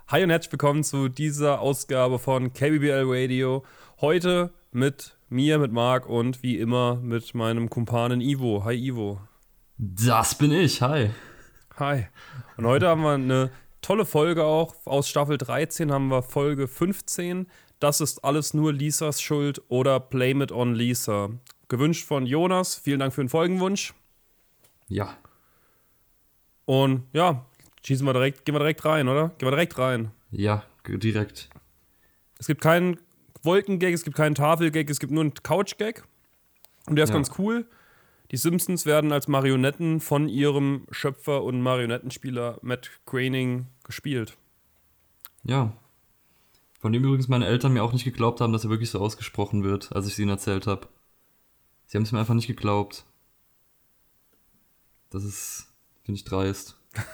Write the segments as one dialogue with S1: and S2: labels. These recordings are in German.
S1: Hi und herzlich willkommen zu dieser Ausgabe von KBBL Radio. Heute mit mir, mit Marc und wie immer mit meinem Kumpanen Ivo. Hi Ivo.
S2: Das bin ich, hi.
S1: Hi. Und heute haben wir eine tolle Folge auch. Aus Staffel 13 haben wir Folge 15. Das ist alles nur Lisas Schuld oder Blame it on Lisa. Gewünscht von Jonas. Vielen Dank für den Folgenwunsch.
S2: Ja.
S1: Und ja, gehen wir direkt rein, oder? Gehen wir direkt rein.
S2: Ja, direkt.
S1: Es gibt keinen Wolkengag, es gibt keinen Tafelgag, es gibt nur einen Couchgag. Und der ist ganz cool. Die Simpsons werden als Marionetten von ihrem Schöpfer und Marionettenspieler Matt Groening gespielt.
S2: Ja. Von dem übrigens meine Eltern mir auch nicht geglaubt haben, dass er wirklich so ausgesprochen wird, als ich es ihnen erzählt habe. Sie haben es mir einfach nicht geglaubt. Das ist, finde ich, dreist.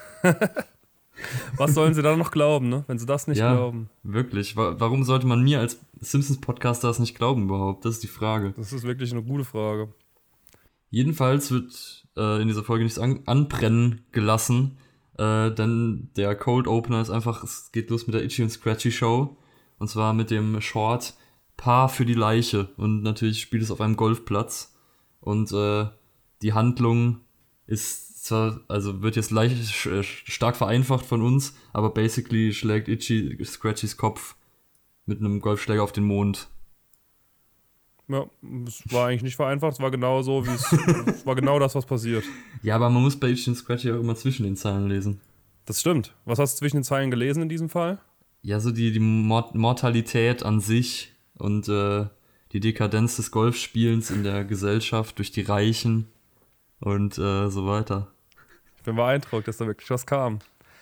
S1: Was sollen sie da noch glauben, ne? Wenn sie das nicht glauben?
S2: Ja, wirklich. Warum sollte man mir als Simpsons-Podcaster das nicht glauben überhaupt? Das ist die Frage.
S1: Das ist wirklich eine gute Frage.
S2: Jedenfalls wird in dieser Folge nichts anbrennen gelassen, denn der Cold Opener ist einfach, es geht los mit der Itchy und Scratchy Show. Und zwar mit dem Short Paar für die Leiche. Und natürlich spielt es auf einem Golfplatz. Und die Handlung ist zwar, also wird jetzt leicht stark vereinfacht von uns, aber basically schlägt Itchy Scratchys Kopf mit einem Golfschläger auf den Mond.
S1: Ja, es war eigentlich nicht vereinfacht, es war genau so, es war genau das, was passiert.
S2: Ja, aber man muss bei Itchy und Scratchy auch immer zwischen den Zeilen lesen.
S1: Das stimmt. Was hast du zwischen den Zeilen gelesen in diesem Fall?
S2: Ja, so die Mortalität an sich und die Dekadenz des Golfspielens in der Gesellschaft durch die Reichen und so weiter.
S1: Ich bin beeindruckt, dass da wirklich was kam.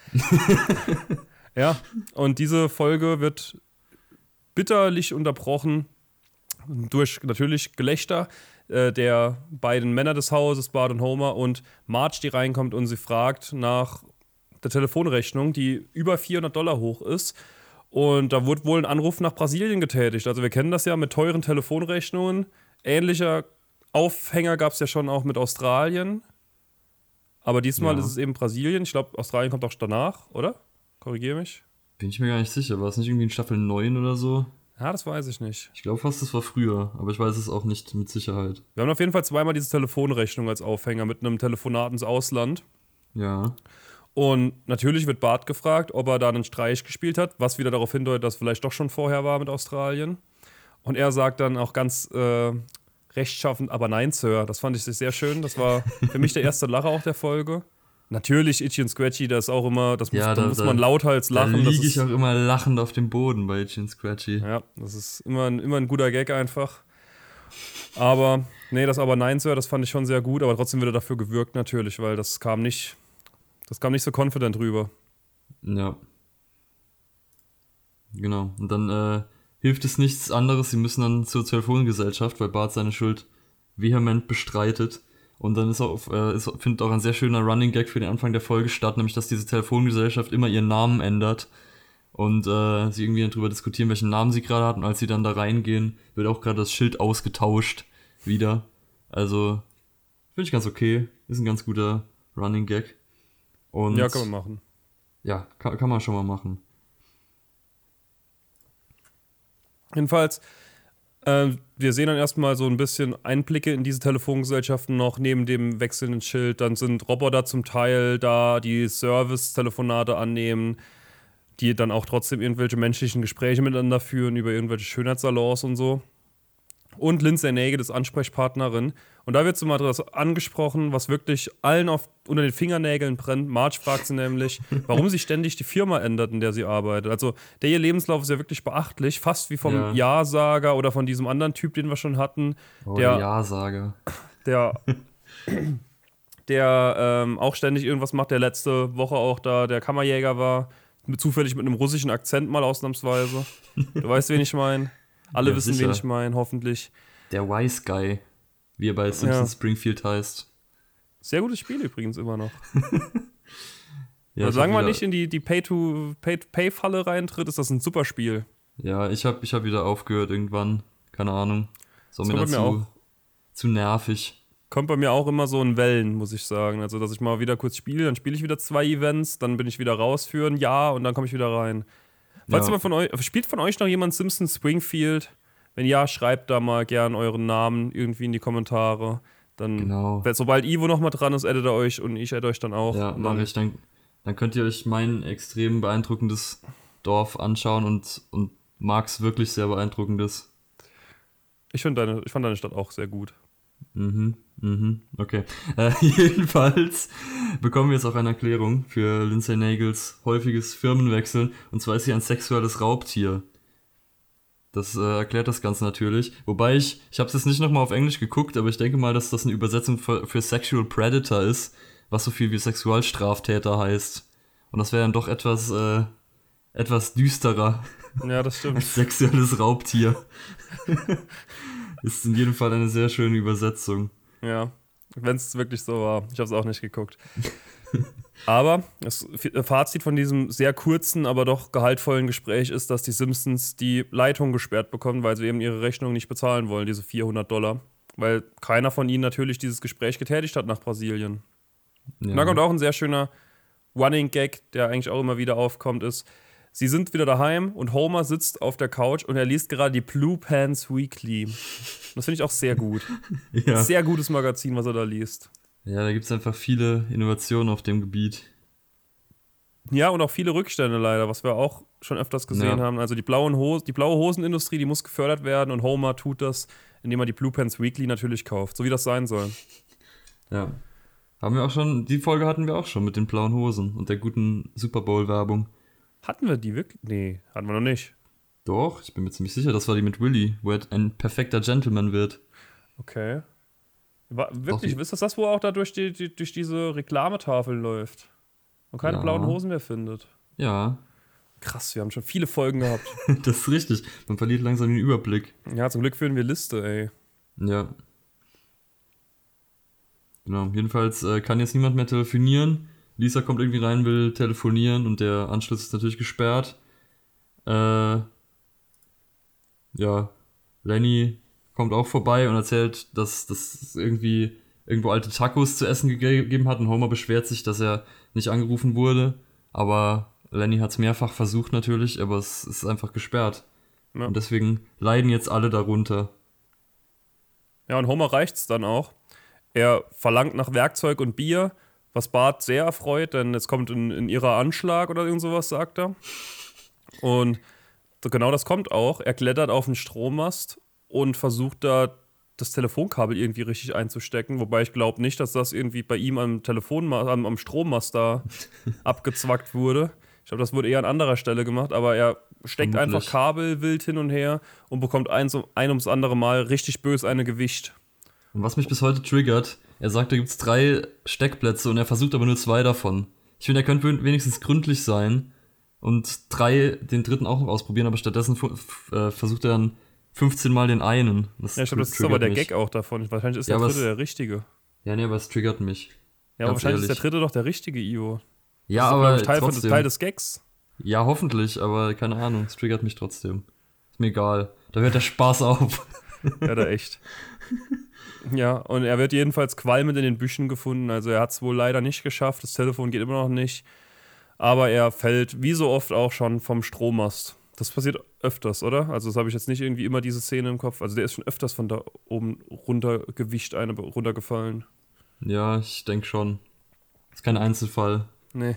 S1: Ja, und diese Folge wird bitterlich unterbrochen durch natürlich Gelächter der beiden Männer des Hauses, Bart und Homer, und Marge, die reinkommt und sie fragt nach der Telefonrechnung, die über $400 hoch ist. Und da wurde wohl ein Anruf nach Brasilien getätigt. Also wir kennen das ja mit teuren Telefonrechnungen. Ähnlicher Aufhänger gab es ja schon auch mit Australien. Aber diesmal ist es eben Brasilien. Ich glaube, Australien kommt auch danach, oder? Korrigiere mich.
S2: Bin ich mir gar nicht sicher. War es nicht irgendwie in Staffel 9 oder so?
S1: Ja, das weiß ich nicht.
S2: Ich glaube fast, das war früher, aber ich weiß es auch nicht mit Sicherheit.
S1: Wir haben auf jeden Fall zweimal diese Telefonrechnung als Aufhänger mit einem Telefonat ins Ausland.
S2: Ja.
S1: Und natürlich wird Bart gefragt, ob er da einen Streich gespielt hat, was wieder darauf hindeutet, dass es vielleicht doch schon vorher war mit Australien. Und er sagt dann auch ganz rechtschaffend, aber nein, Sir. Das fand ich sehr schön. Das war für mich der erste Lacher auch der Folge. Natürlich, Itchy und Scratchy, das ist auch immer, da muss man lauthals lachen.
S2: Da liege ich auch immer lachend auf dem Boden bei Itchy und Scratchy.
S1: Ja, das ist immer ein guter Gag einfach. Aber, nee, das aber nein, Sir, das fand ich schon sehr gut, aber trotzdem wird er dafür gewürgt natürlich, weil das kam nicht so confident rüber.
S2: Ja. Genau. Und dann hilft es nichts anderes, sie müssen dann zur Telefongesellschaft, weil Bart seine Schuld vehement bestreitet. Und dann findet auch ein sehr schöner Running Gag für den Anfang der Folge statt, nämlich dass diese Telefongesellschaft immer ihren Namen ändert und sie irgendwie darüber diskutieren, welchen Namen sie gerade hat. Und als sie dann da reingehen, wird auch gerade das Schild ausgetauscht wieder. Also, finde ich ganz okay. Ist ein ganz guter Running Gag. Und
S1: ja, kann man machen.
S2: Ja, kann man schon mal machen.
S1: Jedenfalls, wir sehen dann erstmal so ein bisschen Einblicke in diese Telefongesellschaften noch, neben dem wechselnden Schild. Dann sind Roboter zum Teil da, die Service-Telefonate annehmen, die dann auch trotzdem irgendwelche menschlichen Gespräche miteinander führen über irgendwelche Schönheitssalons und so. Und Lindsay Naeget ist Ansprechpartnerin. Und da wird so mal das angesprochen, was wirklich allen unter den Fingernägeln brennt. Marge fragt sie nämlich, warum sie ständig die Firma ändert, in der sie arbeitet. Also ihr Lebenslauf ist ja wirklich beachtlich, fast wie vom Ja-Sager oder von diesem anderen Typ, den wir schon hatten.
S2: Der Ja-Sager.
S1: Der auch ständig irgendwas macht, der letzte Woche auch da der Kammerjäger war. Zufällig mit einem russischen Akzent mal ausnahmsweise. Du weißt, wen ich meine. Alle wissen, sicher. Wen ich meine, hoffentlich.
S2: Der Wise Guy, wie er bei Simpsons Springfield heißt.
S1: Sehr gutes Spiel übrigens immer noch. Ja, also sagen wir nicht in die Pay-Falle reintritt, ist das ein super Spiel.
S2: Ja, ich hab wieder aufgehört irgendwann. Keine Ahnung. So mir dazu zu nervig.
S1: Kommt bei mir auch immer so in Wellen, muss ich sagen. Also, dass ich mal wieder kurz spiele, dann spiele ich wieder 2 Events, dann bin ich wieder raus für ein Jahr und dann komme ich wieder rein. Falls jemand von euch, spielt von euch noch jemand Simpsons Springfield? Wenn ja, schreibt da mal gern euren Namen irgendwie in die Kommentare. Dann, sobald Ivo noch mal dran ist, addet er euch und ich adde euch dann auch.
S2: Ja, mache ich. Dann könnt ihr euch mein extrem beeindruckendes Dorf anschauen und Marks wirklich sehr beeindruckendes.
S1: Ich fand deine Stadt auch sehr gut.
S2: Okay. Jedenfalls bekommen wir jetzt auch eine Erklärung für Lindsay Nagels häufiges Firmenwechseln. Und zwar ist sie ein sexuelles Raubtier. Das erklärt das Ganze natürlich. Wobei ich habe es jetzt nicht nochmal auf Englisch geguckt, aber ich denke mal, dass das eine Übersetzung für Sexual Predator ist, was so viel wie Sexualstraftäter heißt. Und das wäre dann doch etwas düsterer.
S1: Ja, das stimmt.
S2: Als sexuelles Raubtier. Ist in jedem Fall eine sehr schöne Übersetzung.
S1: Ja, wenn es wirklich so war. Ich habe es auch nicht geguckt. Aber das Fazit von diesem sehr kurzen, aber doch gehaltvollen Gespräch ist, dass die Simpsons die Leitung gesperrt bekommen, weil sie eben ihre Rechnung nicht bezahlen wollen, diese $400. Weil keiner von ihnen natürlich dieses Gespräch getätigt hat nach Brasilien. Ja. Und da kommt auch ein sehr schöner Running Gag, der eigentlich auch immer wieder aufkommt, ist: Sie sind wieder daheim und Homer sitzt auf der Couch und er liest gerade die Blue Pants Weekly. Das finde ich auch sehr gut. Ja. Sehr gutes Magazin, was er da liest.
S2: Ja, da gibt es einfach viele Innovationen auf dem Gebiet.
S1: Ja, und auch viele Rückstände leider, was wir auch schon öfters gesehen haben. Also die blaue Hosenindustrie, die muss gefördert werden und Homer tut das, indem er die Blue Pants Weekly natürlich kauft, so wie das sein soll.
S2: Ja. Die Folge hatten wir auch schon mit den blauen Hosen und der guten Super Bowl-Werbung.
S1: Hatten wir die wirklich? Nee, hatten wir noch nicht.
S2: Doch, ich bin mir ziemlich sicher, das war die mit Willy, wo er ein perfekter Gentleman wird.
S1: Okay. Wirklich, ist das, wo auch da durch diese Reklametafel läuft und keine blauen Hosen mehr findet?
S2: Ja.
S1: Krass, wir haben schon viele Folgen gehabt.
S2: Das ist richtig, man verliert langsam den Überblick.
S1: Ja, zum Glück führen wir Liste, ey.
S2: Ja. Genau, jedenfalls kann jetzt niemand mehr telefonieren. Lisa kommt irgendwie rein, will telefonieren und der Anschluss ist natürlich gesperrt. Lenny kommt auch vorbei und erzählt, dass es irgendwo alte Tacos zu essen gegeben hat und Homer beschwert sich, dass er nicht angerufen wurde. Aber Lenny hat es mehrfach versucht natürlich, aber es ist einfach gesperrt. Ja. Und deswegen leiden jetzt alle darunter.
S1: Ja, und Homer reicht's dann auch. Er verlangt nach Werkzeug und Bier, was Bart sehr erfreut, denn es kommt in ihrer Anschlag oder irgend sowas, sagt er. Und genau das kommt auch. Er klettert auf den Strommast und versucht da das Telefonkabel irgendwie richtig einzustecken, wobei ich glaube nicht, dass das irgendwie bei ihm am Strommast da abgezwackt wurde. Ich glaube, das wurde eher an anderer Stelle gemacht, aber er steckt einfach Kabel wild hin und her und bekommt ein ums andere Mal richtig bös eine gewischt.
S2: Und was mich bis heute triggert, er sagt, da gibt es 3 Steckplätze und er versucht aber nur 2 davon. Ich finde, er könnte wenigstens gründlich sein und den dritten auch noch ausprobieren, aber stattdessen versucht er dann 15 Mal den einen.
S1: Ich glaube, das ist aber der Gag auch davon. Wahrscheinlich ist der dritte der richtige.
S2: Ja, nee, aber es triggert mich.
S1: Ja, aber wahrscheinlich ist der dritte doch der richtige, Ivo.
S2: Ja, aber
S1: Teil des Gags.
S2: Ja, hoffentlich, aber keine Ahnung, es triggert mich trotzdem. Ist mir egal. Da hört der Spaß auf.
S1: Ja, da echt. Ja, und er wird jedenfalls qualmend in den Büschen gefunden. Also er hat es wohl leider nicht geschafft. Das Telefon geht immer noch nicht. Aber er fällt, wie so oft auch schon, vom Strommast. Das passiert öfters, oder? Also das habe ich jetzt nicht irgendwie immer diese Szene im Kopf. Also der ist schon öfters von da oben runtergefallen.
S2: Ja, ich denke schon. Das ist kein Einzelfall.
S1: Nee.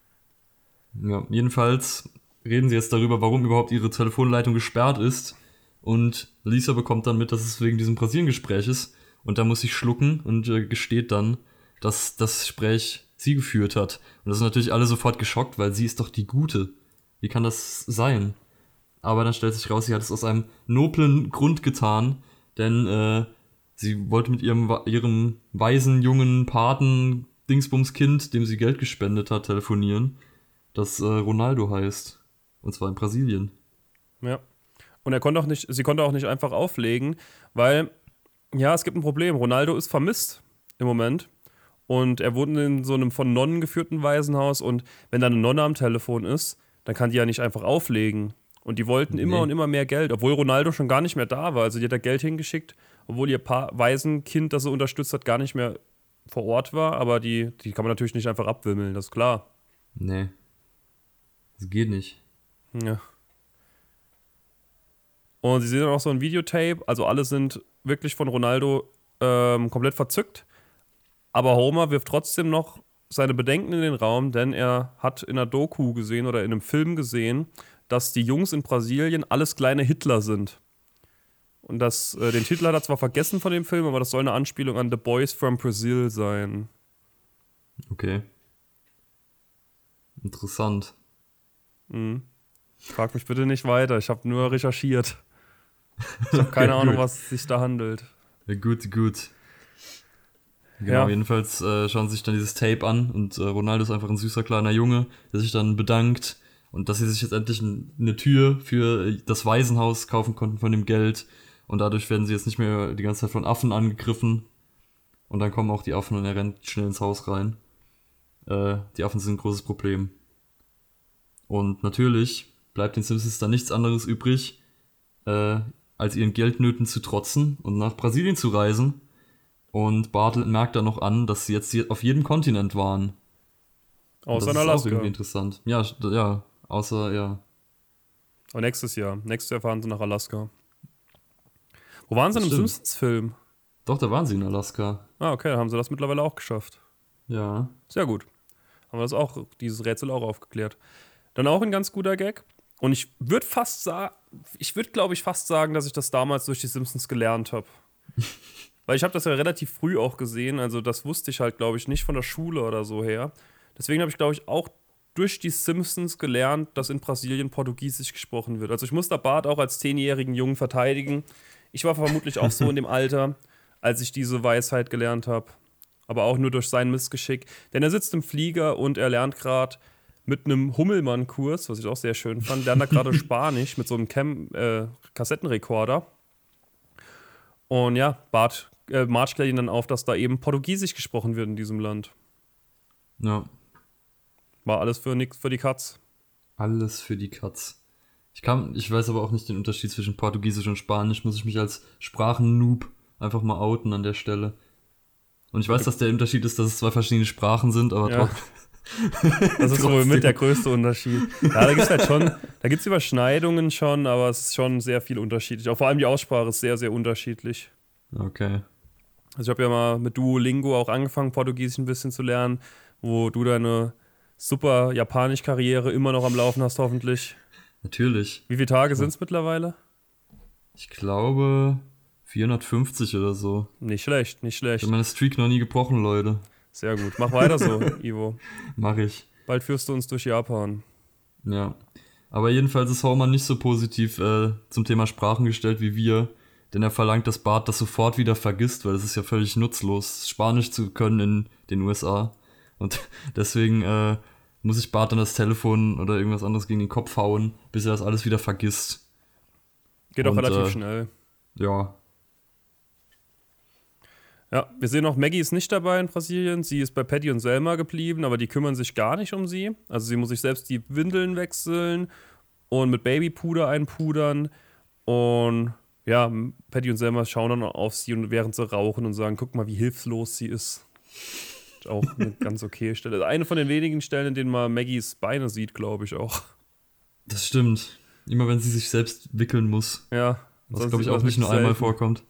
S2: Ja, jedenfalls reden sie jetzt darüber, warum überhaupt ihre Telefonleitung gesperrt ist. Und Lisa bekommt dann mit, dass es wegen diesem Brasilien-Gespräch ist. Und da muss sie schlucken und gesteht dann, dass das Gespräch sie geführt hat. Und das sind natürlich alle sofort geschockt, weil sie ist doch die Gute. Wie kann das sein? Aber dann stellt sich raus, sie hat es aus einem noblen Grund getan, denn sie wollte mit ihrem weisen, jungen Paten Dingsbums-Kind, dem sie Geld gespendet hat, telefonieren, das Ronaldo heißt. Und zwar in Brasilien.
S1: Ja. Und sie konnte auch nicht einfach auflegen, weil, ja, es gibt ein Problem. Ronaldo ist vermisst im Moment. Und er wohnt in so einem von Nonnen geführten Waisenhaus. Und wenn da eine Nonne am Telefon ist, dann kann die ja nicht einfach auflegen. Und die wollten immer und immer mehr Geld, obwohl Ronaldo schon gar nicht mehr da war. Also die hat da Geld hingeschickt, obwohl ihr Waisenkind, das sie unterstützt hat, gar nicht mehr vor Ort war. Aber die kann man natürlich nicht einfach abwimmeln, das ist klar.
S2: Nee. Das geht nicht.
S1: Ja. Und sie sehen dann auch so ein Videotape, also alle sind wirklich von Ronaldo komplett verzückt. Aber Homer wirft trotzdem noch seine Bedenken in den Raum, denn er hat in einer Doku gesehen oder in einem Film gesehen, dass die Jungs in Brasilien alles kleine Hitler sind. Und den Titel hat er zwar vergessen von dem Film, aber das soll eine Anspielung an The Boys from Brazil sein.
S2: Okay. Interessant.
S1: Frag mich bitte nicht weiter, ich habe nur recherchiert. Ich habe keine Ahnung, was es sich da handelt.
S2: Ja, gut. Genau, jedenfalls schauen sie sich dann dieses Tape an und Ronaldo ist einfach ein süßer kleiner Junge, der sich dann bedankt und dass sie sich jetzt endlich eine Tür für das Waisenhaus kaufen konnten von dem Geld und dadurch werden sie jetzt nicht mehr die ganze Zeit von Affen angegriffen und dann kommen auch die Affen und er rennt schnell ins Haus rein. Die Affen sind ein großes Problem. Und natürlich bleibt den Simpsons dann nichts anderes übrig, als ihren Geldnöten zu trotzen und nach Brasilien zu reisen. Und Bartlet merkt dann noch an, dass sie jetzt auf jedem Kontinent waren.
S1: Außer in
S2: Alaska. Das ist auch irgendwie
S1: Alaska.
S2: interessant. Ja.
S1: Aber nächstes Jahr fahren sie nach Alaska. Wo waren sie denn im
S2: Stimmt.
S1: Simpsons-Film?
S2: Doch, da waren sie in Alaska.
S1: Ah, okay, dann haben sie das mittlerweile auch geschafft.
S2: Ja.
S1: Sehr gut. Haben wir dieses Rätsel auch aufgeklärt. Dann auch ein ganz guter Gag. Und ich würde glaube ich, fast sagen, dass ich das damals durch die Simpsons gelernt habe. Weil ich habe das ja relativ früh auch gesehen. Also das wusste ich halt, glaube ich, nicht von der Schule oder so her. Deswegen habe ich, glaube ich, auch durch die Simpsons gelernt, dass in Brasilien Portugiesisch gesprochen wird. Also ich muss da Bart auch als 10-jährigen Jungen verteidigen. Ich war vermutlich auch so in dem Alter, als ich diese Weisheit gelernt habe. Aber auch nur durch sein Missgeschick. Denn er sitzt im Flieger und er lernt gerade mit einem Hummelmann-Kurs, was ich auch sehr schön fand, lernt er gerade Spanisch mit so einem Kassettenrekorder. Und ja, Marge klärt ihn dann auf, dass da eben Portugiesisch gesprochen wird in diesem Land.
S2: Ja.
S1: War alles für die Katz.
S2: Alles für die Katz. Ich weiß aber auch nicht den Unterschied zwischen Portugiesisch und Spanisch. Muss ich mich als Sprachen-Noob einfach mal outen an der Stelle. Und ich weiß, dass der Unterschied ist, dass es 2 verschiedene Sprachen sind, aber
S1: Ja. Das ist wohl mit der größte Unterschied. Ja, da gibt es Überschneidungen schon, aber es ist schon sehr viel unterschiedlich. Auch vor allem die Aussprache ist sehr, sehr unterschiedlich.
S2: Okay.
S1: Also ich habe ja mal mit Duolingo auch angefangen, Portugiesisch ein bisschen zu lernen, wo du deine super Japanisch-Karriere immer noch am Laufen hast, hoffentlich.
S2: Natürlich.
S1: Wie viele Tage sind es mittlerweile?
S2: Ich glaube 450 oder so.
S1: Nicht schlecht.
S2: Ich habe meine Streak noch nie gebrochen, Leute.
S1: Sehr gut. Mach weiter so, Ivo.
S2: Mach ich.
S1: Bald führst du uns durch Japan.
S2: Ja. Aber jedenfalls ist Homer nicht so positiv zum Thema Sprachen gestellt wie wir, denn er verlangt, dass Bart das sofort wieder vergisst, weil es ist ja völlig nutzlos, Spanisch zu können in den USA. Und deswegen muss ich Bart dann das Telefon oder irgendwas anderes gegen den Kopf hauen, bis er das alles wieder vergisst.
S1: Geht auch relativ schnell.
S2: Ja.
S1: Ja, wir sehen auch, Maggie ist nicht dabei in Brasilien. Sie ist bei Patty und Selma geblieben, aber die kümmern sich gar nicht um sie. Also sie muss sich selbst die Windeln wechseln und mit Babypuder einpudern. Und ja, Patty und Selma schauen dann auf sie und während sie rauchen und sagen, guck mal, wie hilflos sie ist. Auch eine ganz okay Stelle. Also eine von den wenigen Stellen, in denen man Maggies Beine sieht, glaube ich auch.
S2: Das stimmt. Immer wenn sie sich selbst wickeln muss.
S1: Ja.
S2: Was, glaube ich, auch nicht nur einmal vorkommt.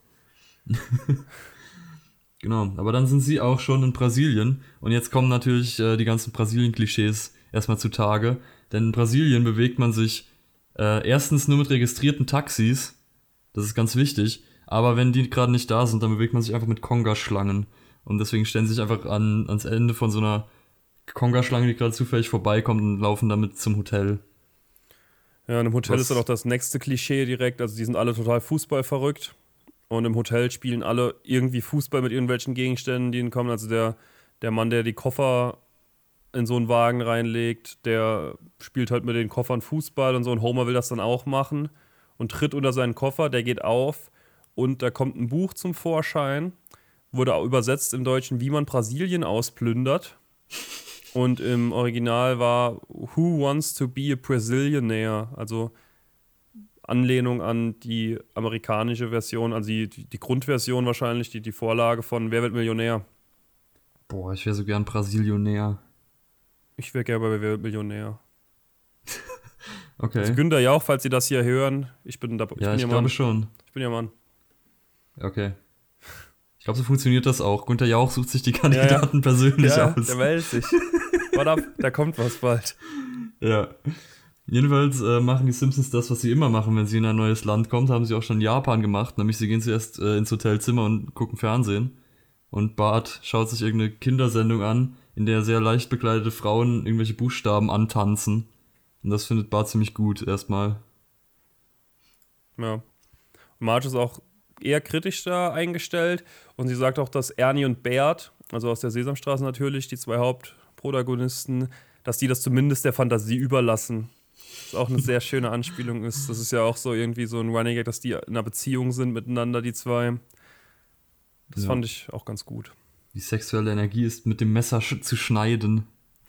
S2: Genau, aber dann sind sie auch schon in Brasilien. Und jetzt kommen natürlich die ganzen Brasilien-Klischees erstmal zutage. Denn in Brasilien bewegt man sich erstens nur mit registrierten Taxis. Das ist ganz wichtig. Aber wenn die gerade nicht da sind, dann bewegt man sich einfach mit Conga-Schlangen. Und deswegen stellen sie sich einfach ans Ende von so einer Conga-Schlange, die gerade zufällig vorbeikommt und laufen damit zum Hotel.
S1: Ja, und im Hotel ist dann auch das nächste Klischee direkt. Also die sind alle total Fußball verrückt. Und im Hotel spielen alle irgendwie Fußball mit irgendwelchen Gegenständen, die ihnen kommen. Also der Mann, der die Koffer in so einen Wagen reinlegt, der spielt halt mit den Koffern Fußball und so. Und Homer will das dann auch machen und tritt unter seinen Koffer, der geht auf und da kommt ein Buch zum Vorschein. Wurde auch übersetzt im Deutschen, wie man Brasilien ausplündert. Und im Original war Who Wants to be a Brazillionaire? Also Anlehnung an die amerikanische Version, also die Grundversion wahrscheinlich, die Vorlage von Wer wird Millionär?
S2: Boah, ich wäre so gern Brasilionär.
S1: Ich wäre gerne bei Wer wird Millionär.
S2: Okay.
S1: Also Günther Jauch, falls Sie das hier hören, ich bin da.
S2: Ja, ich glaube schon.
S1: Ich bin Ihr Mann.
S2: Okay. Ich glaube, so funktioniert das auch. Günther Jauch sucht sich die Kandidaten persönlich aus.
S1: Der meldet sich. Warte ab, da kommt was bald.
S2: Ja. Jedenfalls machen die Simpsons das, was sie immer machen, wenn sie in ein neues Land kommt. Haben sie auch schon in Japan gemacht. Nämlich sie gehen zuerst ins Hotelzimmer und gucken Fernsehen. Und Bart schaut sich irgendeine Kindersendung an, in der sehr leicht bekleidete Frauen irgendwelche Buchstaben antanzen. Und das findet Bart ziemlich gut erstmal.
S1: Ja. Und Marge ist auch eher kritisch da eingestellt. Und sie sagt auch, dass Ernie und Bert, also aus der Sesamstraße natürlich, die zwei Hauptprotagonisten, dass die das zumindest der Fantasie überlassen. Was auch eine sehr schöne Anspielung ist. Das ist ja auch so irgendwie so ein Running Gag, dass die in einer Beziehung sind miteinander, die zwei. Das fand ich auch ganz gut.
S2: Die sexuelle Energie ist mit dem Messer zu schneiden.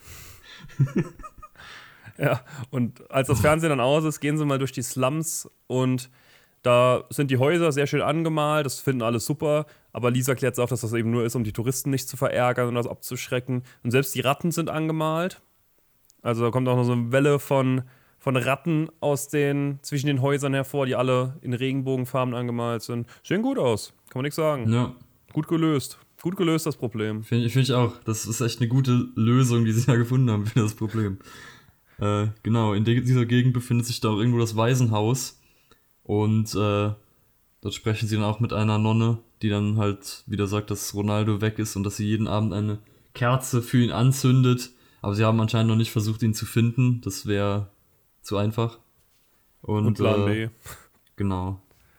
S1: Ja, und als das Fernsehen dann aus ist, gehen sie mal durch die Slums und da sind die Häuser sehr schön angemalt, das finden alle super, aber Lisa klärt auch, dass das eben nur ist, um die Touristen nicht zu verärgern und das abzuschrecken. Und selbst die Ratten sind angemalt. Also da kommt auch noch so eine Welle von Ratten zwischen den Häusern hervor, die alle in Regenbogenfarben angemalt sind. Sehen gut aus, kann man nichts sagen.
S2: Ja.
S1: Gut gelöst. Gut gelöst, das Problem.
S2: Finde ich auch. Das ist echt eine gute Lösung, die sie da gefunden haben für das Problem. Genau, in dieser Gegend befindet sich da auch irgendwo das Waisenhaus. Und dort sprechen sie dann auch mit einer Nonne, die dann halt wieder sagt, dass Ronaldo weg ist und dass sie jeden Abend eine Kerze für ihn anzündet. Aber sie haben anscheinend noch nicht versucht, ihn zu finden. Das wäre zu einfach. Und
S1: Plan B.
S2: Genau.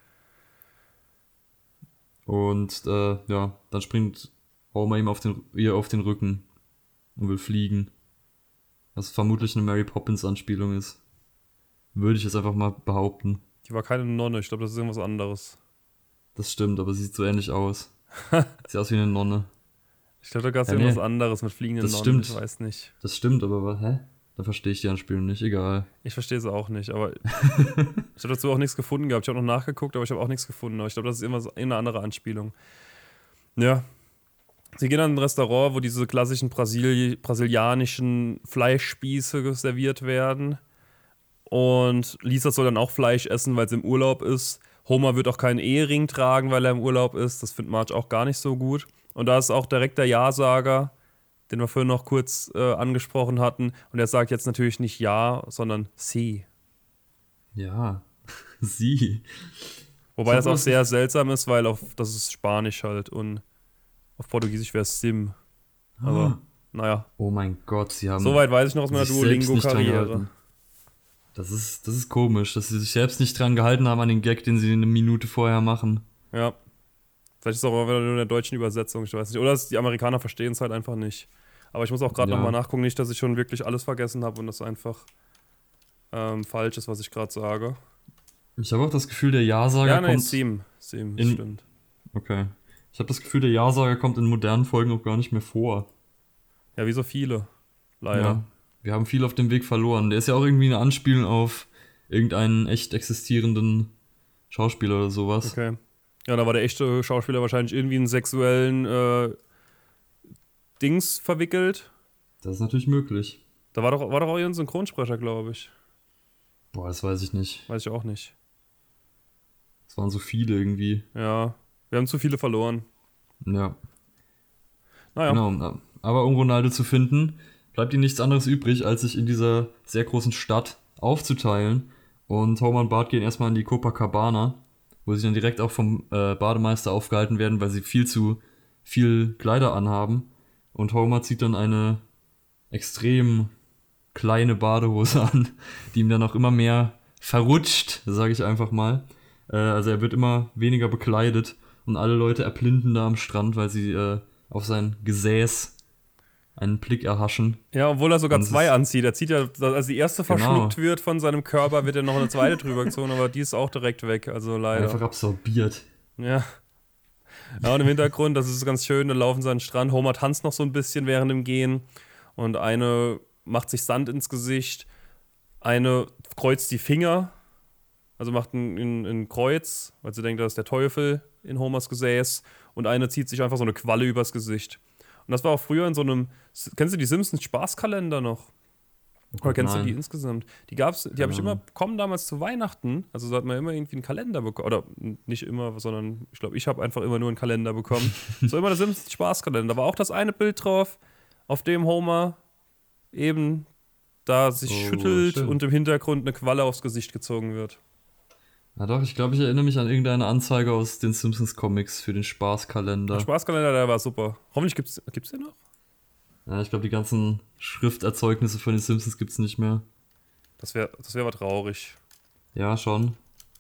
S2: Und dann springt Homer ihm ihr auf den Rücken und will fliegen. Was vermutlich eine Mary Poppins-Anspielung ist. Würde ich jetzt einfach mal behaupten.
S1: Die war keine Nonne, ich glaube, das ist irgendwas anderes.
S2: Das stimmt, aber sie sieht so ähnlich aus. Sieht aus wie eine Nonne.
S1: Ich glaube, da gab es irgendwas anderes mit fliegenden Nonnen.
S2: Stimmt.
S1: Ich weiß nicht.
S2: Das stimmt, aber hä? Da verstehe ich die Anspielung nicht, egal.
S1: Ich verstehe es auch nicht, aber ich habe dazu auch nichts gefunden gehabt. Ich habe noch nachgeguckt, aber ich habe auch nichts gefunden. Aber ich glaube, das ist immer so eine andere Anspielung. Ja. Sie gehen an ein Restaurant, wo diese klassischen brasilianischen Fleischspieße serviert werden. Und Lisa soll dann auch Fleisch essen, weil sie im Urlaub ist. Homer wird auch keinen Ehering tragen, weil er im Urlaub ist. Das findet Marge auch gar nicht so gut. Und da ist auch direkt der Ja-Sager, den wir vorhin noch kurz angesprochen hatten. Und er sagt jetzt natürlich nicht Ja, sondern Sie.
S2: Ja, sie.
S1: Wobei das auch sehr seltsam ist, weil das ist Spanisch halt und auf Portugiesisch wäre es Sim. Aber naja.
S2: Oh mein Gott, sie haben.
S1: Soweit weiß ich noch aus meiner Duolingo-Karriere.
S2: Das ist komisch, dass sie sich selbst nicht dran gehalten haben an den Gag, den sie eine Minute vorher machen.
S1: Ja. Vielleicht ist es auch wieder nur in der deutschen Übersetzung, ich weiß nicht. Oder die Amerikaner verstehen es halt einfach nicht. Aber ich muss auch gerade nochmal nachgucken, nicht, dass ich schon wirklich alles vergessen habe und das einfach falsch ist, was ich gerade sage.
S2: Ich habe auch das Gefühl, der Ja-Sager kommt...
S1: Sim, stimmt.
S2: Okay. Ich habe das Gefühl, der Ja-Sager kommt in modernen Folgen auch gar nicht mehr vor.
S1: Ja, wie so viele. Leider.
S2: Ja, wir haben viel auf dem Weg verloren. Der ist ja auch irgendwie eine Anspielung auf irgendeinen echt existierenden Schauspieler oder sowas.
S1: Okay. Ja, da war der echte Schauspieler wahrscheinlich irgendwie in sexuellen Dings verwickelt.
S2: Das ist natürlich möglich.
S1: Da war doch auch irgendein Synchronsprecher, glaube ich.
S2: Boah, das weiß ich nicht.
S1: Weiß ich auch nicht.
S2: Es waren so viele irgendwie.
S1: Ja, wir haben zu viele verloren.
S2: Ja.
S1: Naja.
S2: Genau, aber um Ronaldo zu finden, bleibt ihm nichts anderes übrig, als sich in dieser sehr großen Stadt aufzuteilen. Und Homer und Bart gehen erstmal in die Copacabana, wo sie dann direkt auch vom Bademeister aufgehalten werden, weil sie viel zu viel Kleider anhaben. Und Homer zieht dann eine extrem kleine Badehose an, die ihm dann auch immer mehr verrutscht, sage ich einfach mal. Also er wird immer weniger bekleidet und alle Leute erblinden da am Strand, weil sie auf sein Gesäß einen Blick erhaschen.
S1: Ja, obwohl er sogar zwei anzieht. Er zieht ja, als die erste verschluckt wird von seinem Körper, wird ja noch eine zweite drüber gezogen, aber die ist auch direkt weg, also leider.
S2: Einfach absorbiert.
S1: Ja. Ja, und im Hintergrund, das ist ganz schön, da laufen sie an den Strand. Homer tanzt noch so ein bisschen während dem Gehen und eine macht sich Sand ins Gesicht, eine kreuzt die Finger, also macht ein Kreuz, weil sie denkt, das ist der Teufel in Homers Gesäß, und eine zieht sich einfach so eine Qualle übers Gesicht. Und das war auch früher in so einem, kennst du die Simpsons Spaßkalender noch? Oder kennst du die
S2: nein.
S1: insgesamt? Die habe ich immer
S2: Ahnung.
S1: bekommen damals zu Weihnachten. Also so hat man immer irgendwie einen Kalender bekommen. Oder nicht immer, sondern ich glaube, ich habe einfach immer nur einen Kalender bekommen. So immer der Simpsons Spaßkalender. Da war auch das eine Bild drauf, auf dem Homer eben da sich schüttelt
S2: stimmt.
S1: und im Hintergrund eine Qualle aufs Gesicht gezogen wird.
S2: Ja doch, ich glaube, ich erinnere mich an irgendeine Anzeige aus den Simpsons Comics für den
S1: Der
S2: Spaßkalender.
S1: Spaßkalender, der war super. Hoffentlich gibt's den noch?
S2: Ja, ich glaube, die ganzen Schrifterzeugnisse von den Simpsons gibt's nicht mehr.
S1: Das wär aber traurig.
S2: Ja, schon.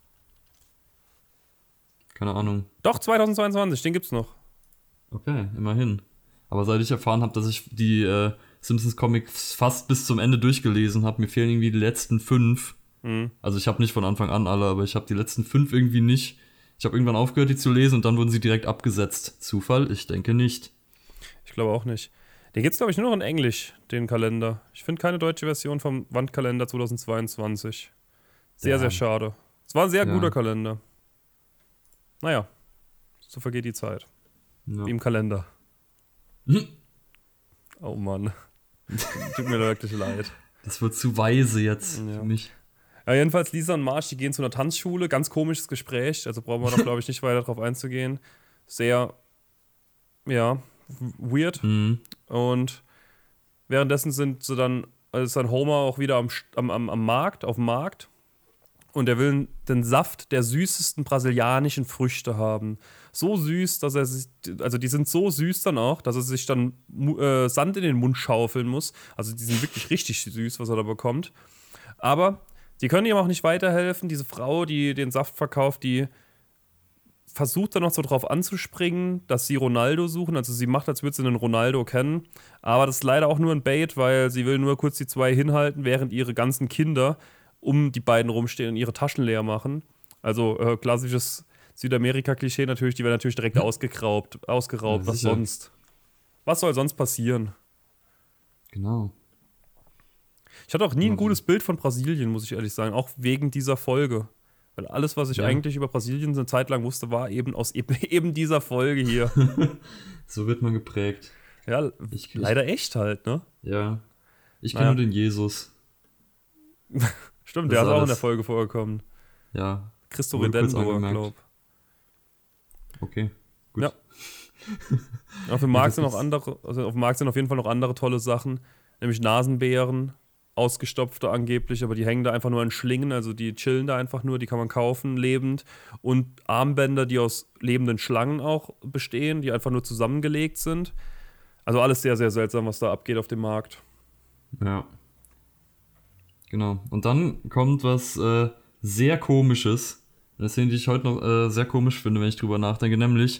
S2: Keine Ahnung.
S1: Doch, 2022, den gibt's noch.
S2: Okay, immerhin. Aber seit ich erfahren habe, dass ich die Simpsons Comics fast bis zum Ende durchgelesen habe, mir fehlen irgendwie die letzten 5.
S1: Hm.
S2: Also ich habe nicht von Anfang an alle, aber ich habe die letzten 5 irgendwie nicht. Ich habe irgendwann aufgehört, die zu lesen und dann wurden sie direkt abgesetzt. Zufall? Ich denke nicht.
S1: Ich glaube auch nicht. Den gibt's, glaube ich, nur noch in Englisch, den Kalender. Ich finde keine deutsche Version vom Wandkalender 2022. Sehr,
S2: Ja.
S1: sehr schade. Es war ein sehr
S2: Ja.
S1: guter Kalender. Naja, so vergeht die Zeit.
S2: Ja.
S1: Wie im Kalender.
S2: Hm.
S1: Oh Mann. Tut mir wirklich leid.
S2: Das wird zu weise jetzt
S1: Ja.
S2: für mich.
S1: Ja, jedenfalls Lisa und Marge, die gehen zu einer Tanzschule. Ganz komisches Gespräch. Also brauchen wir doch, glaube ich, nicht weiter drauf einzugehen. Sehr, ja, weird.
S2: Mhm.
S1: Und währenddessen ist dann Homer auch wieder am Markt, auf dem Markt. Und er will den Saft der süßesten brasilianischen Früchte haben. So süß, dass also die sind so süß dann auch, dass er sich dann Sand in den Mund schaufeln muss. Also die sind wirklich richtig süß, was er da bekommt. Aber die können ihm auch nicht weiterhelfen. Diese Frau, die den Saft verkauft, die versucht dann noch so drauf anzuspringen, dass sie Ronaldo suchen. Also sie macht, als würde sie einen Ronaldo kennen. Aber das ist leider auch nur ein Bait, weil sie will nur kurz die zwei hinhalten, während ihre ganzen Kinder um die beiden rumstehen und ihre Taschen leer machen. Also klassisches Südamerika-Klischee natürlich, die werden natürlich direkt ausgeraubt.
S2: Ja,
S1: Was
S2: sicher.
S1: sonst? Was soll sonst passieren?
S2: Genau.
S1: Ich hatte auch nie ein gutes Bild von Brasilien, muss ich ehrlich sagen, auch wegen dieser Folge. Weil alles, was ich
S2: Ja.
S1: eigentlich über Brasilien eine Zeit lang wusste, war eben aus eben dieser Folge hier.
S2: So wird man geprägt.
S1: Ja,
S2: Ich-
S1: leider echt halt, ne?
S2: Ja. Ich
S1: Naja.
S2: kenne nur den Jesus.
S1: Stimmt,
S2: Das
S1: der ist
S2: ist
S1: auch in
S2: alles.
S1: der Folge vorgekommen.
S2: Ja.
S1: Christo
S2: Wurde kurz
S1: Redentor,
S2: angemerkt.
S1: glaub.
S2: Okay. Gut.
S1: Ja. Auf dem Markt
S2: das
S1: sind noch
S2: ist-
S1: andere, also auf dem Markt sind auf jeden Fall noch andere tolle Sachen, nämlich Nasenbären, ausgestopfte angeblich, aber die hängen da einfach nur an Schlingen, also die chillen da einfach nur, die kann man kaufen, lebend. Und Armbänder, die aus lebenden Schlangen auch bestehen, die einfach nur zusammengelegt sind. Also alles sehr, sehr seltsam, was da abgeht auf dem Markt.
S2: Ja. Genau. Und dann kommt was sehr Komisches. Eine Szene, die ich heute noch sehr komisch finde, wenn ich drüber nachdenke, nämlich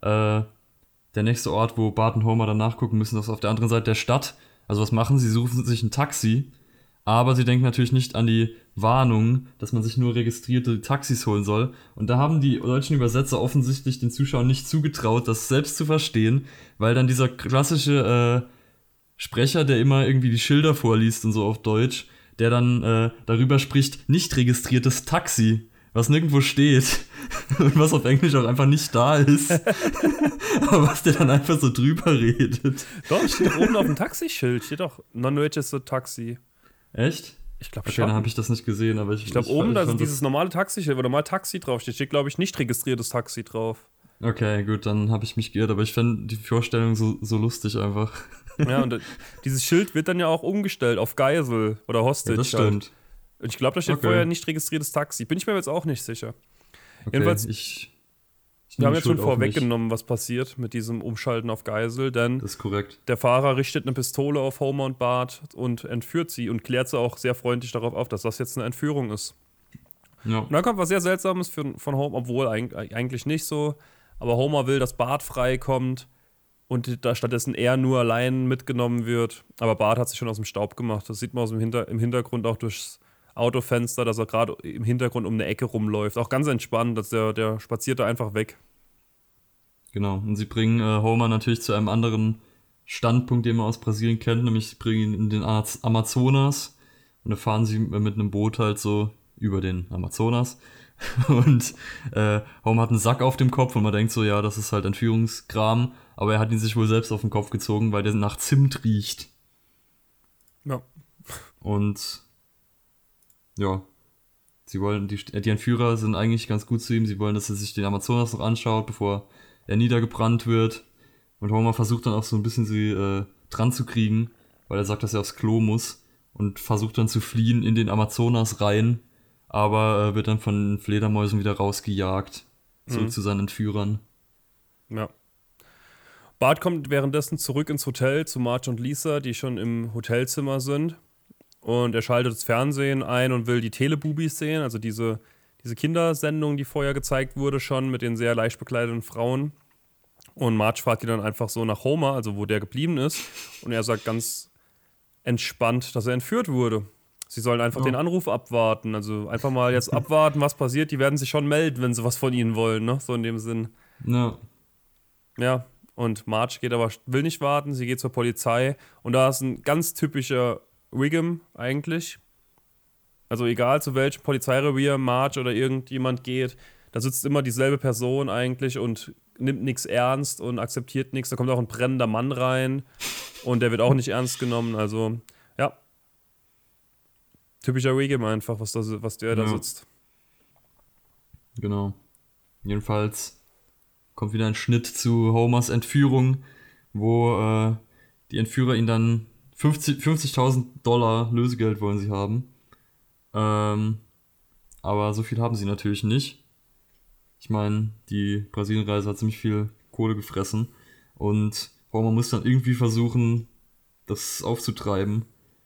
S2: der nächste Ort, wo Bart und Homer dann nachgucken müssen, ist auf der anderen Seite der Stadt. Also was machen sie? Sie suchen sich ein Taxi, aber sie denken natürlich nicht an die Warnung, dass man sich nur registrierte Taxis holen soll. Und da haben die deutschen Übersetzer offensichtlich den Zuschauern nicht zugetraut, das selbst zu verstehen, weil dann dieser klassische Sprecher, der immer irgendwie die Schilder vorliest und so auf Deutsch, der dann darüber spricht, nicht registriertes Taxi, was nirgendwo steht und was auf Englisch auch einfach nicht da ist, aber was der dann einfach so drüber redet.
S1: Doch, steht doch oben auf dem Taxischild, steht doch Non-Registered Taxi.
S2: Echt?
S1: Ich glaube
S2: Okay, dann
S1: schon.
S2: habe ich das nicht gesehen, aber
S1: Ich glaube, oben, da ist
S2: fand
S1: dieses normale Taxischild, wo normal Taxi draufsteht, steht, glaube ich, nicht registriertes Taxi drauf.
S2: Okay, gut, dann habe ich mich geirrt, aber ich fand die Vorstellung so lustig einfach.
S1: Ja, und dieses Schild wird dann ja auch umgestellt auf Geisel oder Hostage.
S2: Ja, das
S1: halt.
S2: stimmt.
S1: Und ich glaube, da steht
S2: Okay.
S1: vorher nicht registriertes Taxi. Bin ich mir jetzt auch nicht sicher.
S2: Okay,
S1: Jedenfalls,
S2: ich
S1: Wir haben
S2: nehme
S1: jetzt schon
S2: Schuld auf mich.
S1: vorweggenommen, was passiert mit diesem Umschalten auf Geisel, denn
S2: Das ist korrekt.
S1: der Fahrer richtet eine Pistole auf Homer und Bart und entführt sie und klärt sie auch sehr freundlich darauf auf, dass das jetzt eine Entführung ist.
S2: Ja.
S1: Und dann kommt was sehr Seltsames von Homer, obwohl eigentlich nicht so. Aber Homer will, dass Bart freikommt und da stattdessen er nur allein mitgenommen wird. Aber Bart hat sich schon aus dem Staub gemacht. Das sieht man im Hintergrund auch durchs Autofenster, dass er gerade im Hintergrund um eine Ecke rumläuft. Auch ganz entspannt, dass der spaziert da einfach weg.
S2: Genau. Und sie bringen Homer natürlich zu einem anderen Standpunkt, den man aus Brasilien kennt, nämlich sie bringen ihn in den Amazonas. Und da fahren sie mit einem Boot halt so über den Amazonas. Und Homer hat einen Sack auf dem Kopf und man denkt so, ja, das ist halt Entführungskram. Aber er hat ihn sich wohl selbst auf den Kopf gezogen, weil der nach Zimt riecht.
S1: Ja.
S2: Und ja, sie wollen, die Entführer sind eigentlich ganz gut zu ihm. Sie wollen, dass er sich den Amazonas noch anschaut, bevor er niedergebrannt wird. Und Homer versucht dann auch so ein bisschen sie dran zu kriegen, weil er sagt, dass er aufs Klo muss und versucht dann zu fliehen in den Amazonas rein, aber wird dann von Fledermäusen wieder rausgejagt, zurück zu seinen Entführern.
S1: Ja. Bart kommt währenddessen zurück ins Hotel zu Marge und Lisa, die schon im Hotelzimmer sind. Und er schaltet das Fernsehen ein und will die Telebubis sehen, also diese Kindersendung, die vorher gezeigt wurde, schon mit den sehr leicht bekleideten Frauen. Und Marge fragt ihn dann einfach so nach Homer, also wo der geblieben ist. Und er sagt ganz entspannt, dass er entführt wurde. Sie sollen einfach den Anruf abwarten. Also einfach mal jetzt abwarten, was passiert. Die werden sich schon melden, wenn sie was von ihnen wollen, ne? So in dem Sinn.
S2: Ja.
S1: Ja, und Marge will nicht warten. Sie geht zur Polizei. Und da ist ein ganz typischer Wiggum eigentlich. Also egal zu welchem Polizeirevier Marge oder irgendjemand geht, da sitzt immer dieselbe Person eigentlich und nimmt nichts ernst und akzeptiert nichts. Da kommt auch ein brennender Mann rein und der wird auch nicht ernst genommen. Also, ja. Typischer Wiggum einfach, was der da sitzt.
S2: Genau. Jedenfalls kommt wieder ein Schnitt zu Homers Entführung, wo die Entführer ihn dann $50.000 Lösegeld wollen sie haben. Aber so viel haben sie natürlich nicht. Ich meine, die Brasilienreise hat ziemlich viel Kohle gefressen und Homer muss dann irgendwie versuchen, das aufzutreiben.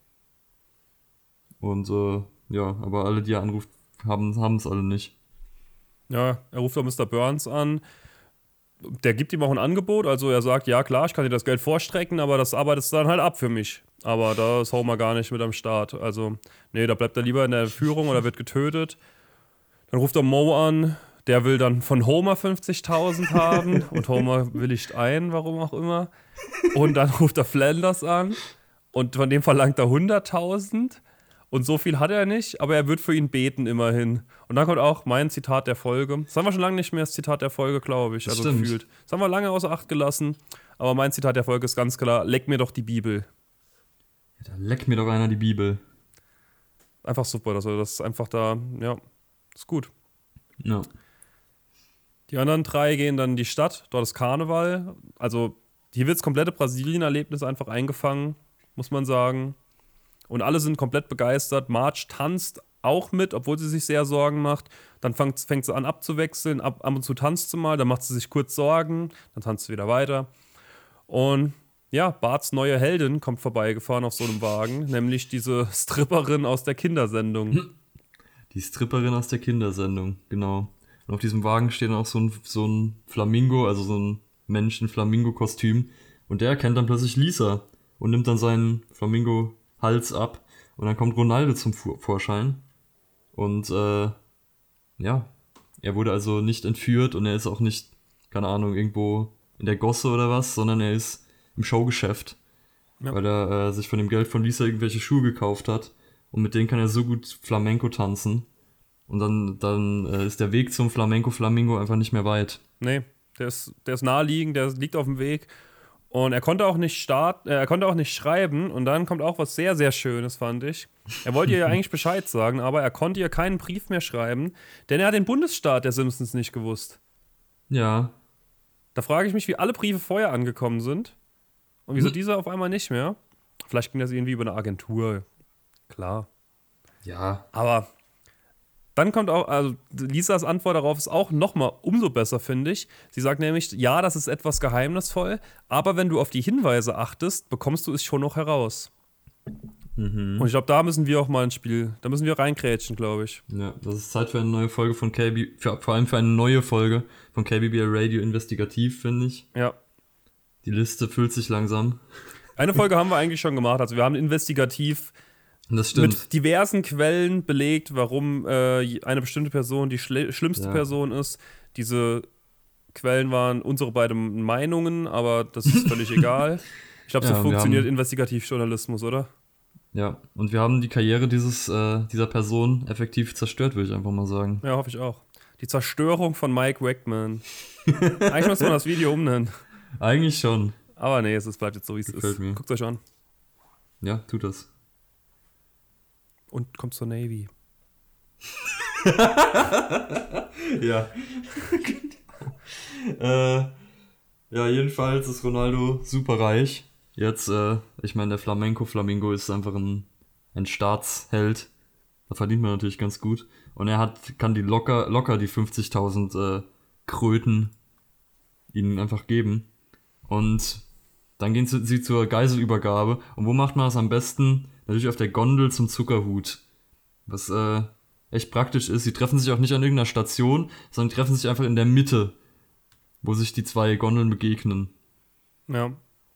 S2: Und aber alle, die er anruft, haben es alle nicht.
S1: Ja, er ruft auch Mr. Burns an. Der gibt ihm auch ein Angebot, also er sagt, ja klar, ich kann dir das Geld vorstrecken, aber das arbeitest du dann halt ab für mich. Aber da ist Homer gar nicht mit am Start. Also, nee, da bleibt er lieber in der Entführung oder wird getötet. Dann ruft er Moe an, der will dann von Homer 50.000 haben und Homer willigt ein, warum auch immer. Und dann ruft er Flanders an und von dem verlangt er 100.000. Und so viel hat er nicht, aber er wird für ihn beten immerhin. Und dann kommt auch mein Zitat der Folge. Das haben wir schon lange nicht mehr, das Zitat der Folge, glaube ich. Also gefühlt. Das haben wir lange außer Acht gelassen. Aber mein Zitat der Folge ist ganz klar: Leck mir doch die Bibel.
S2: Ja, da leckt mir doch einer die Bibel.
S1: Einfach super, also das ist einfach da, ja, ist gut.
S2: Ja.
S1: Die anderen drei gehen dann in die Stadt, dort ist Karneval. Also hier wird das komplette Brasilien-Erlebnis einfach eingefangen, muss man sagen. Und alle sind komplett begeistert. Marge tanzt auch mit, obwohl sie sich sehr Sorgen macht. Dann fängt sie an abzuwechseln. Ab und zu tanzt sie mal, dann macht sie sich kurz Sorgen. Dann tanzt sie wieder weiter. Und ja, Barts neue Heldin kommt vorbeigefahren auf so einem Wagen. Nämlich diese Stripperin aus der Kindersendung.
S2: Die Stripperin aus der Kindersendung, genau. Und auf diesem Wagen steht dann auch so ein Flamingo, also so ein Menschen-Flamingo-Kostüm. Und der erkennt dann plötzlich Lisa und nimmt dann seinen Flamingo-Hals ab. Und dann kommt Ronaldo zum Vorschein. Und er wurde also nicht entführt und er ist auch nicht, keine Ahnung, irgendwo in der Gosse oder was, sondern er ist im Showgeschäft. Ja. Weil er sich von dem Geld von Lisa irgendwelche Schuhe gekauft hat. Und mit denen kann er so gut Flamenco tanzen. Und dann ist der Weg zum Flamingo einfach nicht mehr weit.
S1: Nee, der ist naheliegend, der liegt auf dem Weg. Und er konnte auch nicht schreiben. Und dann kommt auch was sehr, sehr Schönes, fand ich. Er wollte ihr ja eigentlich Bescheid sagen, aber er konnte ihr keinen Brief mehr schreiben, denn er hat den Bundesstaat der Simpsons nicht gewusst.
S2: Ja.
S1: Da frage ich mich, wie alle Briefe vorher angekommen sind. Und wieso dieser auf einmal nicht mehr? Vielleicht ging das irgendwie über eine Agentur. Klar.
S2: Ja.
S1: Aber dann kommt auch, also Lisas Antwort darauf ist auch nochmal umso besser, finde ich. Sie sagt nämlich, ja, das ist etwas geheimnisvoll, aber wenn du auf die Hinweise achtest, bekommst du es schon noch heraus. Mhm. Und ich glaube, da müssen wir auch mal ins Spiel, da müssen wir reingrätschen, glaube ich.
S2: Ja, das ist Zeit für eine neue Folge von vor allem für eine neue Folge von KBBL Radio Investigativ, finde ich.
S1: Ja.
S2: Die Liste füllt sich langsam.
S1: Eine Folge haben wir eigentlich schon gemacht, also wir haben investigativ mit diversen Quellen belegt, warum eine bestimmte Person die schlimmste Person ist. Diese Quellen waren unsere beiden Meinungen, aber das ist völlig egal. Ich glaube, so funktioniert Investigativjournalismus, oder?
S2: Ja, und wir haben die Karriere dieser Person effektiv zerstört, würde ich einfach mal sagen.
S1: Ja, hoffe ich auch. Die Zerstörung von Mike Wackman. Eigentlich muss man das Video umnennen.
S2: Eigentlich schon.
S1: Aber nee, es bleibt jetzt so, wie es ist.
S2: Mir.
S1: Guckt euch an.
S2: Ja, tut das.
S1: und kommt zur Navy.
S2: Ja. Ja, jedenfalls ist Ronaldo super reich. Jetzt, ich meine, der Flamingo ist einfach ein Staatsheld. Da verdient man natürlich ganz gut. Und er kann die locker die 50.000 Kröten ihnen einfach geben. Und dann gehen sie zur Geiselübergabe. Und wo macht man das am besten? Natürlich auf der Gondel zum Zuckerhut. Was echt praktisch ist. Sie treffen sich auch nicht an irgendeiner Station, sondern treffen sich einfach in der Mitte, wo sich die zwei Gondeln begegnen.
S1: Ja.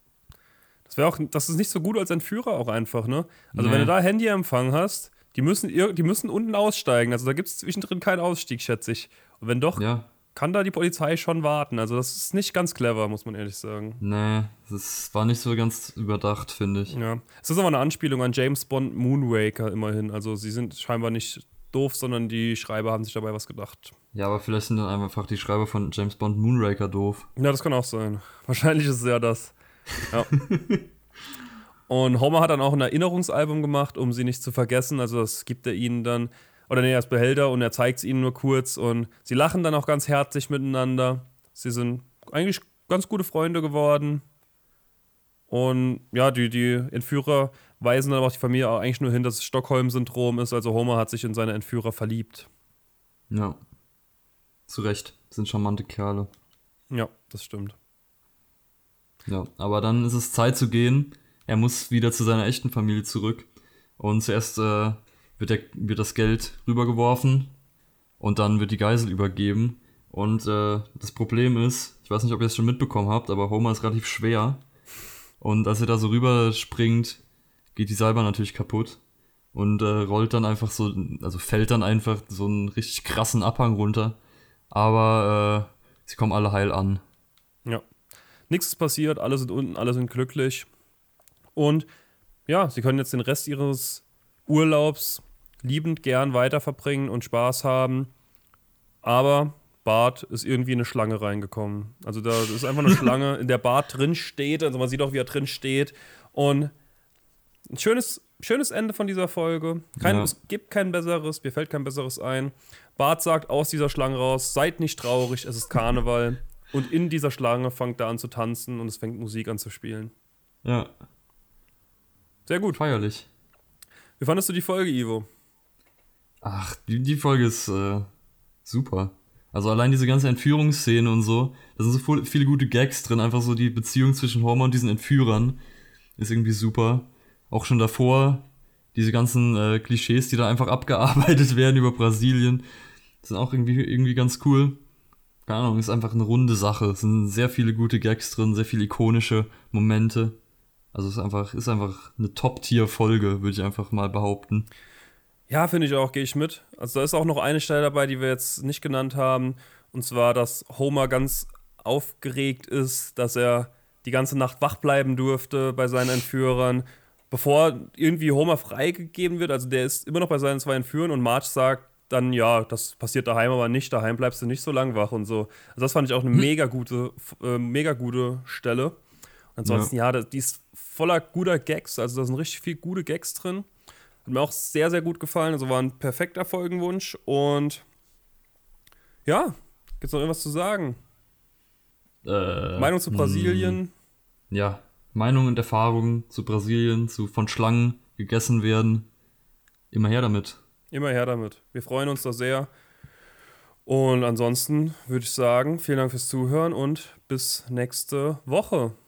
S1: Das ist nicht so gut als Entführer auch einfach, ne? Also
S2: Nee.
S1: wenn du da Handyempfang hast, die müssen unten aussteigen. Also da gibt es zwischendrin keinen Ausstieg, schätze ich. Und wenn doch,
S2: Ja,
S1: kann da die Polizei schon warten. Also das ist nicht ganz clever, muss man ehrlich sagen.
S2: nee, das war nicht so ganz überdacht, finde ich.
S1: Ja. Es ist aber eine Anspielung an James Bond Moonraker immerhin. Also sie sind scheinbar nicht doof, sondern die Schreiber haben sich dabei was gedacht.
S2: Ja, aber vielleicht sind dann einfach die Schreiber von James Bond Moonraker doof.
S1: Ja, das kann auch sein. Wahrscheinlich ist es ja das. Ja. Und Homer hat dann auch ein Erinnerungsalbum gemacht, um sie nicht zu vergessen. Also das gibt er ihnen dann, oder nee, das behält er und er zeigt es ihnen nur kurz. Und sie lachen dann auch ganz herzlich miteinander. Sie sind eigentlich ganz gute Freunde geworden. Und ja, die Entführer weisen dann aber auch die Familie auch eigentlich nur hin, dass es Stockholm-Syndrom ist. Also Homer hat sich in seine Entführer verliebt.
S2: Ja, zu Recht, sind charmante Kerle.
S1: Ja, das stimmt.
S2: Ja, aber dann ist es Zeit zu gehen. Er muss wieder zu seiner echten Familie zurück. Und zuerst wird das Geld rübergeworfen und dann wird die Geisel übergeben. Und das Problem ist, ich weiß nicht, ob ihr es schon mitbekommen habt, aber Homer ist relativ schwer. Und als er da so rüberspringt, geht die Seilbahn natürlich kaputt. Und rollt dann einfach so, also fällt dann einfach so einen richtig krassen Abhang runter. Aber sie kommen alle heil an.
S1: Ja. Nichts ist passiert, alle sind unten, alle sind glücklich. Und ja, sie können jetzt den Rest ihres Urlaubs liebend gern weiter verbringen und Spaß haben. Aber Bart ist irgendwie in eine Schlange reingekommen. Also da ist einfach eine Schlange, in der Bart drin steht. Also man sieht auch, wie er drin steht. Und ein schönes Ende von dieser Folge. Es gibt kein besseres, mir fällt kein besseres ein. Bart sagt aus dieser Schlange raus, seid nicht traurig, es ist Karneval. Und in dieser Schlange fängt er an zu tanzen und es fängt Musik an zu spielen.
S2: Ja.
S1: Sehr gut.
S2: Feierlich.
S1: Wie fandest du die Folge, Ivo?
S2: Ach, die Folge ist super. Also allein diese ganze Entführungsszene und so, da sind so viele gute Gags drin. Einfach so die Beziehung zwischen Homer und diesen Entführern ist irgendwie super. Auch schon davor, diese ganzen Klischees, die da einfach abgearbeitet werden über Brasilien, sind auch irgendwie ganz cool. Keine Ahnung, ist einfach eine runde Sache. Es sind sehr viele gute Gags drin, sehr viele ikonische Momente. Also ist einfach eine Top-Tier-Folge, würde ich einfach mal behaupten.
S1: Ja, finde ich auch, gehe ich mit. Also da ist auch noch eine Stelle dabei, die wir jetzt nicht genannt haben. Und zwar, dass Homer ganz aufgeregt ist, dass er die ganze Nacht wach bleiben durfte bei seinen Entführern, bevor irgendwie Homer freigegeben wird. Also der ist immer noch bei seinen 2 Entführern und Marge sagt dann, ja, das passiert daheim aber nicht. Daheim bleibst du nicht so lang wach und so. Also das fand ich auch eine mega gute Stelle. Ansonsten, ja, die ist voller guter Gags. Also da sind richtig viele gute Gags drin. Hat mir auch sehr, sehr gut gefallen. Also war ein perfekter Folgenwunsch. Und ja, gibt's noch irgendwas zu sagen? Meinung zu Brasilien?
S2: Ja, Meinung und Erfahrung zu Brasilien, von Schlangen gegessen werden. Immer her damit.
S1: Immer her damit. Wir freuen uns da sehr. Und ansonsten würde ich sagen, vielen Dank fürs Zuhören und bis nächste Woche.